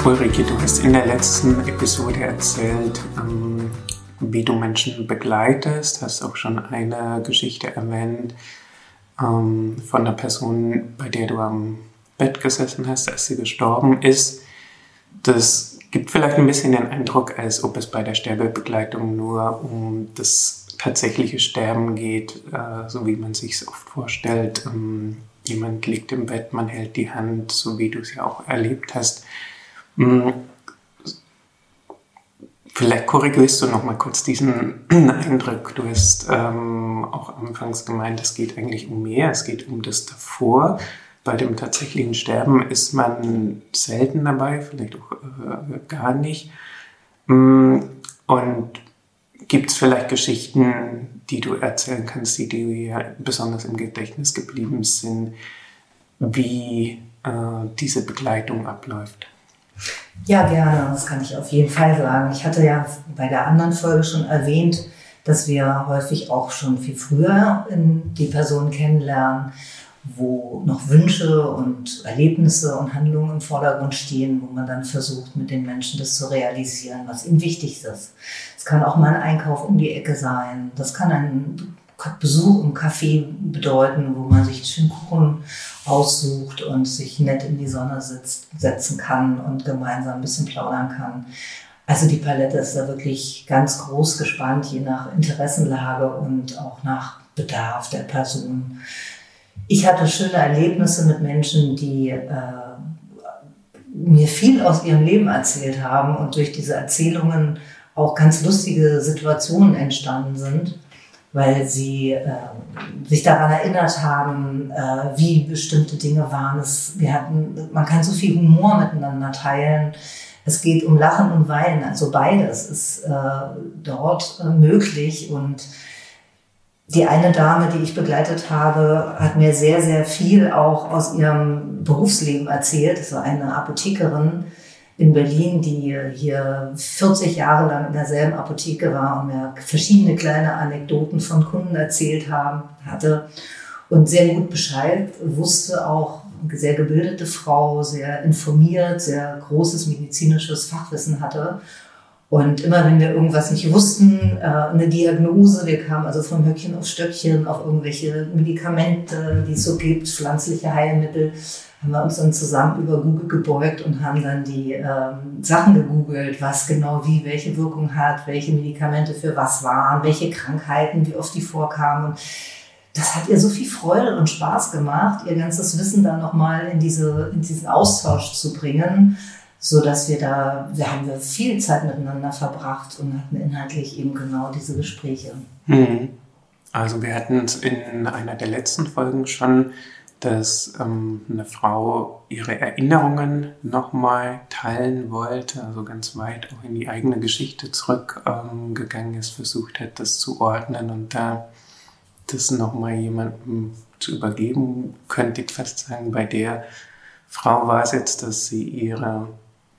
Ulrike, du hast in der letzten Episode erzählt, wie du Menschen begleitest, hast auch schon eine Geschichte erwähnt von einer Person, bei der du am Bett gesessen hast, als sie gestorben ist. Das gibt vielleicht ein bisschen den Eindruck, als ob es bei der Sterbebegleitung nur um das tatsächliche Sterben geht, so wie man sich es oft vorstellt. Jemand liegt im Bett, man hält die Hand, so wie du es ja auch erlebt hast. Vielleicht korrigierst du noch mal kurz diesen Eindruck. Du hast auch anfangs gemeint, es geht eigentlich um mehr, es geht um das davor. Bei dem tatsächlichen Sterben ist man selten dabei, vielleicht auch gar nicht. Und gibt es vielleicht Geschichten, die du erzählen kannst, die dir besonders im Gedächtnis geblieben sind, wie diese Begleitung abläuft? Ja, gerne. Das kann ich auf jeden Fall sagen. Ich hatte ja bei der anderen Folge schon erwähnt, dass wir häufig auch schon viel früher die Person kennenlernen, wo noch Wünsche und Erlebnisse und Handlungen im Vordergrund stehen, wo man dann versucht, mit den Menschen das zu realisieren, was ihnen wichtig ist. Es kann auch mal ein Einkauf um die Ecke sein. Das kann ein Besuch im Café bedeuten, wo man sich einen schönen Kuchen aussucht und sich nett in die Sonne setzen kann und gemeinsam ein bisschen plaudern kann. Also die Palette ist da wirklich ganz groß gespannt, je nach Interessenlage und auch nach Bedarf der Person. Ich hatte schöne Erlebnisse mit Menschen, die mir viel aus ihrem Leben erzählt haben und durch diese Erzählungen auch ganz lustige Situationen entstanden sind, weil sie sich daran erinnert haben, wie bestimmte Dinge waren. Man kann so viel Humor miteinander teilen. Es geht um Lachen und Weinen, also beides ist dort möglich. Und die eine Dame, die ich begleitet habe, hat mir sehr, sehr viel auch aus ihrem Berufsleben erzählt. Das war eine Apothekerin in Berlin, die hier 40 Jahre lang in derselben Apotheke war und mir verschiedene kleine Anekdoten von Kunden erzählt hatte und sehr gut Bescheid wusste, auch eine sehr gebildete Frau, sehr informiert, sehr großes medizinisches Fachwissen hatte. Und immer wenn wir irgendwas nicht wussten, eine Diagnose, wir kamen also von Höckchen auf Stöckchen auf irgendwelche Medikamente, die es so gibt, pflanzliche Heilmittel, haben wir uns dann zusammen über Google gebeugt und haben dann die Sachen gegoogelt, was genau wie, welche Wirkung hat, welche Medikamente für was waren, welche Krankheiten, wie oft die vorkamen. Und das hat ihr so viel Freude und Spaß gemacht, ihr ganzes Wissen dann nochmal in diesen Austausch zu bringen, so dass wir haben viel Zeit miteinander verbracht und hatten inhaltlich eben genau diese Gespräche. Also wir hatten es in einer der letzten Folgen schon, dass eine Frau ihre Erinnerungen nochmal teilen wollte, also ganz weit auch in die eigene Geschichte zurückgegangen ist, versucht hat, das zu ordnen und da das nochmal jemandem zu übergeben, könnte ich fast sagen. Bei der Frau war es jetzt, dass sie ihre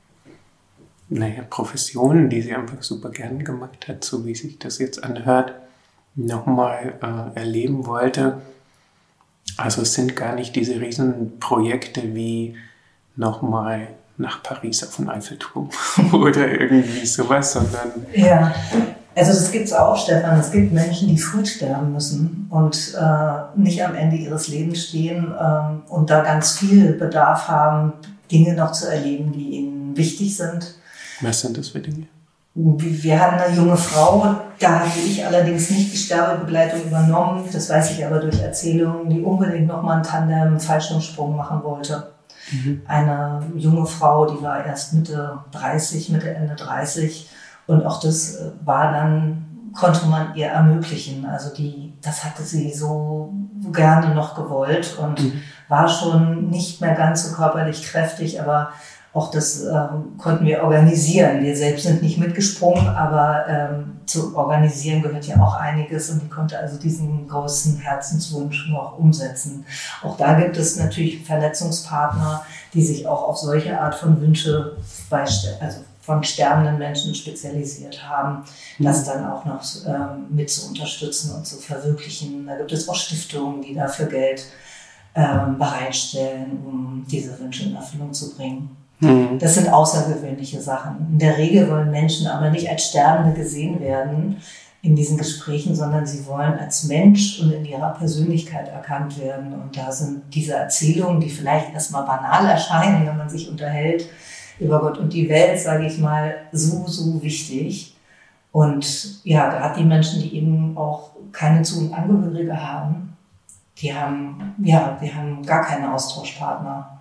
Profession, die sie einfach super gern gemacht hat, so wie sich das jetzt anhört, nochmal erleben wollte. Also es sind gar nicht diese riesen Projekte wie nochmal nach Paris auf den Eiffelturm oder irgendwie sowas, sondern... Ja, also das gibt es auch, Stefan. Es gibt Menschen, die früh sterben müssen und nicht am Ende ihres Lebens stehen und da ganz viel Bedarf haben, Dinge noch zu erleben, die ihnen wichtig sind. Was sind das für Dinge? Wir hatten eine junge Frau, da habe ich allerdings nicht die Sterbebegleitung übernommen, das weiß ich aber durch Erzählungen, die unbedingt nochmal einen Tandem-Fallschirmsprung machen wollte. Eine junge Frau, die war erst Mitte, Ende 30 und auch das konnte man ihr ermöglichen. Also das hatte sie so gerne noch gewollt und war schon nicht mehr ganz so körperlich kräftig, aber auch das konnten wir organisieren. Wir selbst sind nicht mitgesprungen, aber zu organisieren gehört ja auch einiges und die konnte also diesen großen Herzenswunsch noch umsetzen. Auch da gibt es natürlich Vernetzungspartner, die sich auch auf solche Art von Wünsche von sterbenden Menschen spezialisiert haben, das dann auch noch mit zu unterstützen und zu verwirklichen. Da gibt es auch Stiftungen, die dafür Geld bereitstellen, um diese Wünsche in Erfüllung zu bringen. Das sind außergewöhnliche Sachen. In der Regel wollen Menschen aber nicht als Sterbende gesehen werden in diesen Gesprächen, sondern sie wollen als Mensch und in ihrer Persönlichkeit erkannt werden. Und da sind diese Erzählungen, die vielleicht erstmal banal erscheinen, wenn man sich unterhält über Gott und die Welt, sage ich mal, so wichtig. Und ja, gerade die Menschen, die eben auch keine Zu- und Angehörige haben, die haben gar keine Austauschpartner.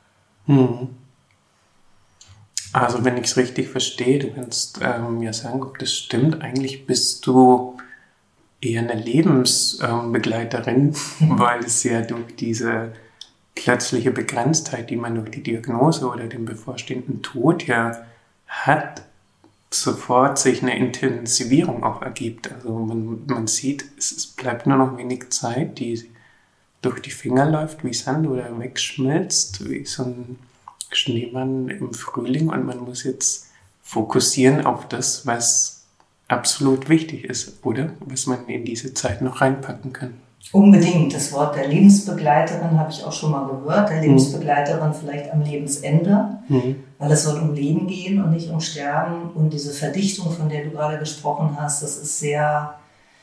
Also wenn ich es richtig verstehe, du kannst mir sagen, ob das stimmt. Eigentlich bist du eher eine Lebensbegleiterin, weil es ja durch diese plötzliche Begrenztheit, die man durch die Diagnose oder den bevorstehenden Tod ja hat, sofort sich eine Intensivierung auch ergibt. Also man sieht, es bleibt nur noch wenig Zeit, die durch die Finger läuft wie Sand oder wegschmilzt, wie so ein Schneemann im Frühling, und man muss jetzt fokussieren auf das, was absolut wichtig ist, oder? Was man in diese Zeit noch reinpacken kann. Unbedingt. Das Wort der Lebensbegleiterin habe ich auch schon mal gehört. Der Lebensbegleiterin vielleicht am Lebensende, weil es soll um Leben gehen und nicht um Sterben. Und diese Verdichtung, von der du gerade gesprochen hast, das ist sehr,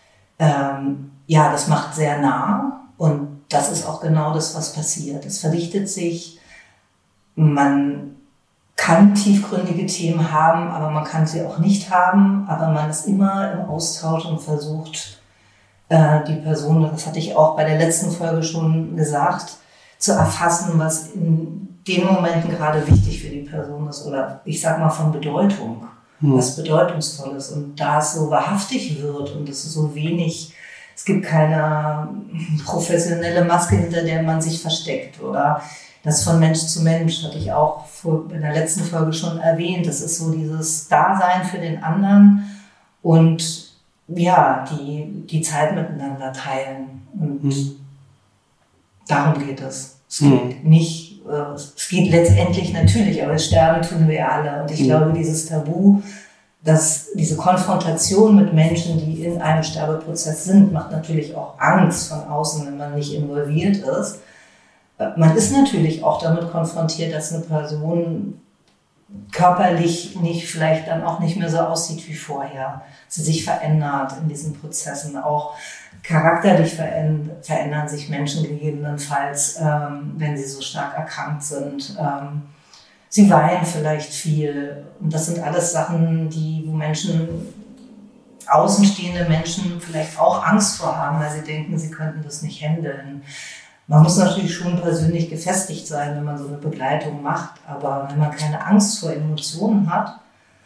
das macht sehr nah. Und das ist auch genau das, was passiert. Es verdichtet sich. Man kann tiefgründige Themen haben, aber man kann sie auch nicht haben. Aber man ist immer im Austausch und versucht, die Person, das hatte ich auch bei der letzten Folge schon gesagt, zu erfassen, was in den Momenten gerade wichtig für die Person ist oder ich sag mal von Bedeutung, was Bedeutungsvolles. Und da es so wahrhaftig wird und es ist so wenig, es gibt keine professionelle Maske, hinter der man sich versteckt oder das von Mensch zu Mensch, hatte ich auch in der letzten Folge schon erwähnt. Das ist so dieses Dasein für den anderen und ja, die Zeit miteinander teilen. Und darum geht es. Es geht nicht, es geht letztendlich natürlich, aber sterben tun wir ja alle. Und ich glaube, dieses Tabu, diese Konfrontation mit Menschen, die in einem Sterbeprozess sind, macht natürlich auch Angst von außen, wenn man nicht involviert ist. Man ist natürlich auch damit konfrontiert, dass eine Person körperlich vielleicht dann auch nicht mehr so aussieht wie vorher. Sie sich verändert in diesen Prozessen. Auch charakterlich verändern sich Menschen gegebenenfalls, wenn sie so stark erkrankt sind. Sie weinen vielleicht viel. Und das sind alles Sachen, wo außenstehende Menschen vielleicht auch Angst vor haben, weil sie denken, sie könnten das nicht handeln. Man muss natürlich schon persönlich gefestigt sein, wenn man so eine Begleitung macht. Aber wenn man keine Angst vor Emotionen hat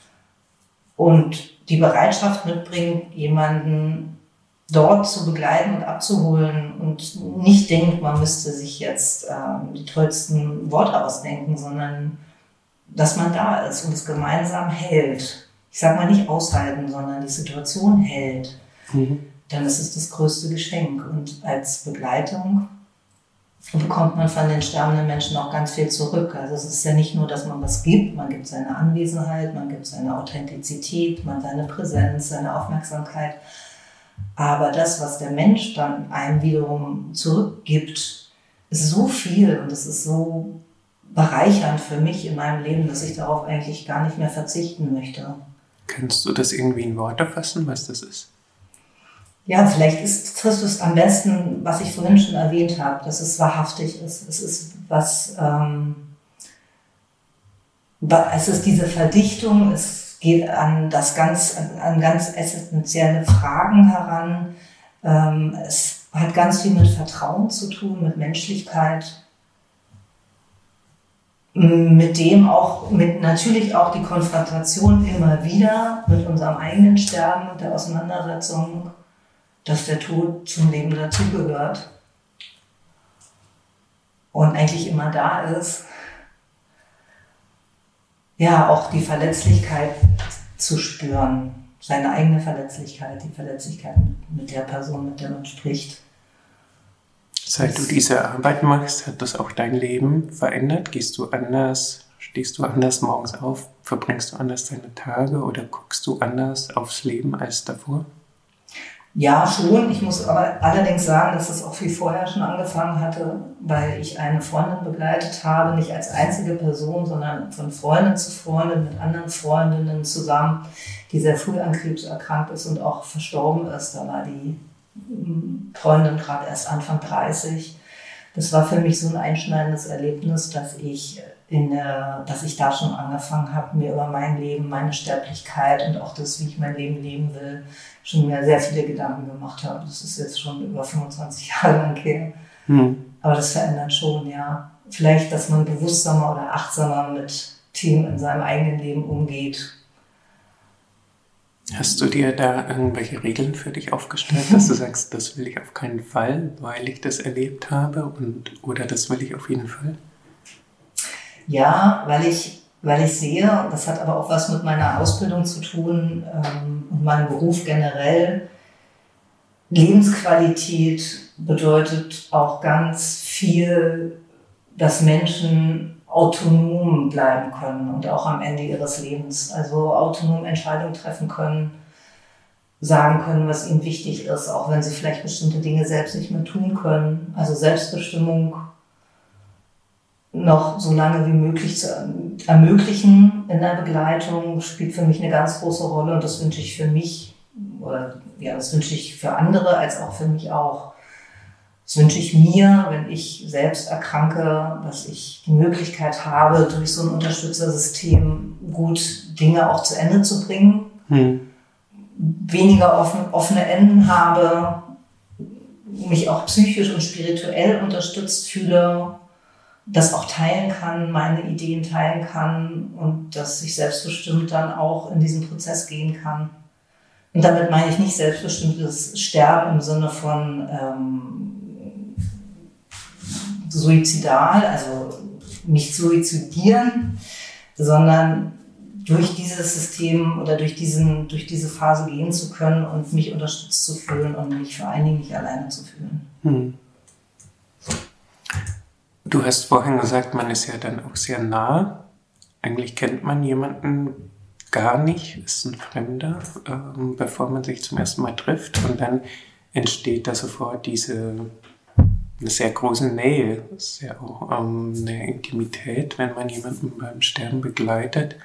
und die Bereitschaft mitbringt, jemanden dort zu begleiten und abzuholen und nicht denkt, man müsste sich jetzt die tollsten Worte ausdenken, sondern dass man da ist und es gemeinsam hält. Ich sage mal nicht aushalten, sondern die Situation hält. Dann ist es das größte Geschenk. Und als Begleitung bekommt man von den sterbenden Menschen auch ganz viel zurück. Also es ist ja nicht nur, dass man was gibt, man gibt seine Anwesenheit, man gibt seine Authentizität, man seine Präsenz, seine Aufmerksamkeit. Aber das, was der Mensch dann einem wiederum zurückgibt, ist so viel und es ist so bereichernd für mich in meinem Leben, dass ich darauf eigentlich gar nicht mehr verzichten möchte. Kannst du das irgendwie in Worte fassen, was das ist? Ja, vielleicht trifft es am besten, was ich vorhin schon erwähnt habe, dass es wahrhaftig ist. Es ist es ist diese Verdichtung, es geht an ganz essentielle Fragen heran. Es hat ganz viel mit Vertrauen zu tun, mit Menschlichkeit, natürlich auch die Konfrontation immer wieder mit unserem eigenen Sterben und der Auseinandersetzung, dass der Tod zum Leben dazugehört und eigentlich immer da ist. Ja, auch die Verletzlichkeit zu spüren, seine eigene Verletzlichkeit, die Verletzlichkeit mit der Person, mit der man spricht. Seit du diese Arbeit machst, hat das auch dein Leben verändert? Gehst du anders, stehst du anders morgens auf, verbringst du anders deine Tage oder guckst du anders aufs Leben als davor? Ja, schon. Ich muss aber allerdings sagen, dass das auch viel vorher schon angefangen hatte, weil ich eine Freundin begleitet habe, nicht als einzige Person, sondern von Freundin zu Freundin mit anderen Freundinnen zusammen, die sehr früh an Krebs erkrankt ist und auch verstorben ist. Da war die Freundin gerade erst Anfang 30. Das war für mich so ein einschneidendes Erlebnis, dass ich da schon angefangen habe, mir über mein Leben, meine Sterblichkeit und auch das, wie ich mein Leben leben will, schon mir sehr viele Gedanken gemacht habe. Das ist jetzt schon über 25 Jahre lang her. Aber das verändert schon, ja. Vielleicht, dass man bewusstsamer oder achtsamer mit Themen in seinem eigenen Leben umgeht. Hast du dir da irgendwelche Regeln für dich aufgestellt, dass du sagst, das will ich auf keinen Fall, weil ich das erlebt habe oder das will ich auf jeden Fall? Ja, weil ich sehe, das hat aber auch was mit meiner Ausbildung zu tun und meinem Beruf generell. Lebensqualität bedeutet auch ganz viel, dass Menschen autonom bleiben können und auch am Ende ihres Lebens, also autonom Entscheidungen treffen können, sagen können, was ihnen wichtig ist, auch wenn sie vielleicht bestimmte Dinge selbst nicht mehr tun können. Also Selbstbestimmung noch so lange wie möglich zu ermöglichen in der Begleitung spielt für mich eine ganz große Rolle und das wünsche ich für mich oder ja, das wünsche ich für andere als auch für mich auch. Das wünsche ich mir, wenn ich selbst erkranke, dass ich die Möglichkeit habe, durch so ein Unterstützersystem gut Dinge auch zu Ende zu bringen, weniger offene Enden habe, mich auch psychisch und spirituell unterstützt fühle, das auch teilen kann, meine Ideen teilen kann und dass ich selbstbestimmt dann auch in diesen Prozess gehen kann. Und damit meine ich nicht selbstbestimmtes Sterben im Sinne von suizidal, also nicht suizidieren, sondern durch dieses System oder durch diese Phase gehen zu können und mich unterstützt zu fühlen und mich vor allen Dingen nicht alleine zu fühlen. Du hast vorhin gesagt, man ist ja dann auch sehr nah. Eigentlich kennt man jemanden gar nicht, ist ein Fremder, bevor man sich zum ersten Mal trifft. Und dann entsteht da sofort eine sehr große Nähe. Das ist ja auch eine Intimität, wenn man jemanden beim Sterben begleitet.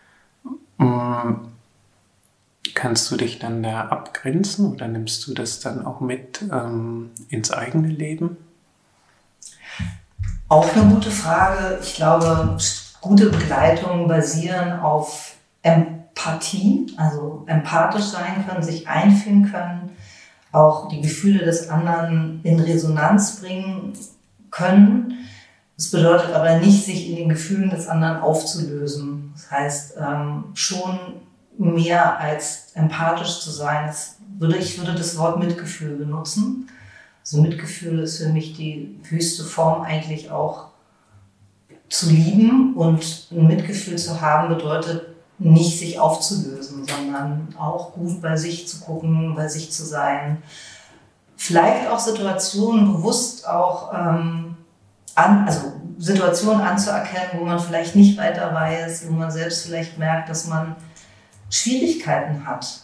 Kannst du dich dann da abgrenzen oder nimmst du das dann auch mit ins eigene Leben? Auch eine gute Frage. Ich glaube, gute Begleitungen basieren auf Empathie, also empathisch sein können, sich einfühlen können, auch die Gefühle des anderen in Resonanz bringen können. Das bedeutet aber nicht, sich in den Gefühlen des anderen aufzulösen. Das heißt, schon mehr als empathisch zu sein. Ich würde das Wort Mitgefühl benutzen. So Mitgefühl ist für mich die höchste Form eigentlich auch zu lieben und ein Mitgefühl zu haben bedeutet nicht sich aufzulösen, sondern auch gut bei sich zu gucken, bei sich zu sein. Vielleicht auch Situationen bewusst auch Situationen anzuerkennen, wo man vielleicht nicht weiter weiß, wo man selbst vielleicht merkt, dass man Schwierigkeiten hat,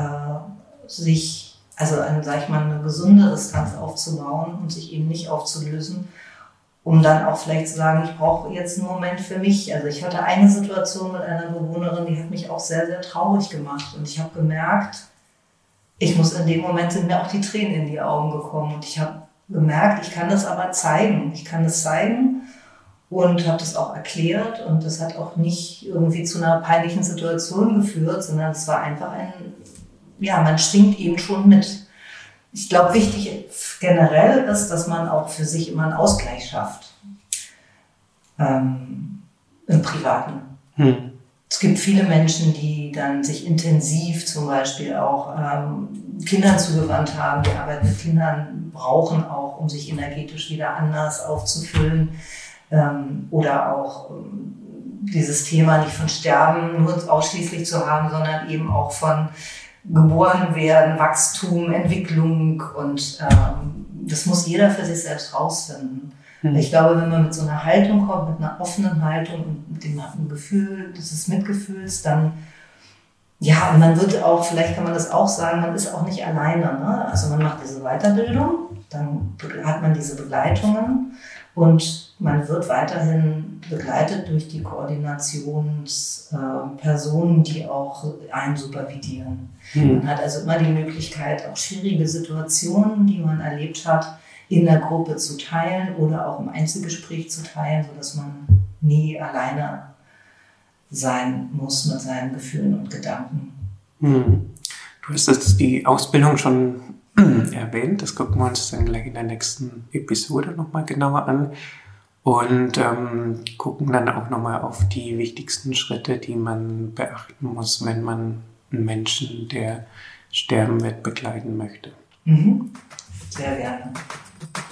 eine gesunde Distanz aufzubauen und sich eben nicht aufzulösen, um dann auch vielleicht zu sagen, ich brauche jetzt einen Moment für mich. Also ich hatte eine Situation mit einer Bewohnerin, die hat mich auch sehr, sehr traurig gemacht und ich habe gemerkt, in dem Moment sind mir auch die Tränen in die Augen gekommen und ich habe gemerkt, ich kann das aber zeigen. Ich kann das zeigen und habe das auch erklärt und das hat auch nicht irgendwie zu einer peinlichen Situation geführt, sondern es war einfach man schwingt eben schon mit. Ich glaube, wichtig generell ist, dass man auch für sich immer einen Ausgleich schafft. Im Privaten. Es gibt viele Menschen, die dann sich intensiv zum Beispiel auch Kindern zugewandt haben, die Arbeit mit Kindern brauchen auch, um sich energetisch wieder anders aufzufüllen. Oder auch dieses Thema nicht von Sterben nur ausschließlich zu haben, sondern eben auch von geboren werden, Wachstum, Entwicklung und das muss jeder für sich selbst rausfinden. Ich glaube, wenn man mit so einer Haltung kommt, mit einer offenen Haltung und mit dem Gefühl dieses Mitgefühls, dann Ja, und man wird auch, vielleicht kann man das auch sagen, man ist auch nicht alleine. Ne? Also man macht diese Weiterbildung, dann hat man diese Begleitungen und man wird weiterhin begleitet durch die Koordinationspersonen, die auch einen supervidieren. Man hat also immer die Möglichkeit, auch schwierige Situationen, die man erlebt hat, in der Gruppe zu teilen oder auch im Einzelgespräch zu teilen, sodass man nie alleine sein muss mit seinen Gefühlen und Gedanken. Du hast jetzt die Ausbildung schon erwähnt, das gucken wir uns dann gleich in der nächsten Episode nochmal genauer an und gucken dann auch nochmal auf die wichtigsten Schritte, die man beachten muss, wenn man einen Menschen, der sterben wird, begleiten möchte. Sehr gerne.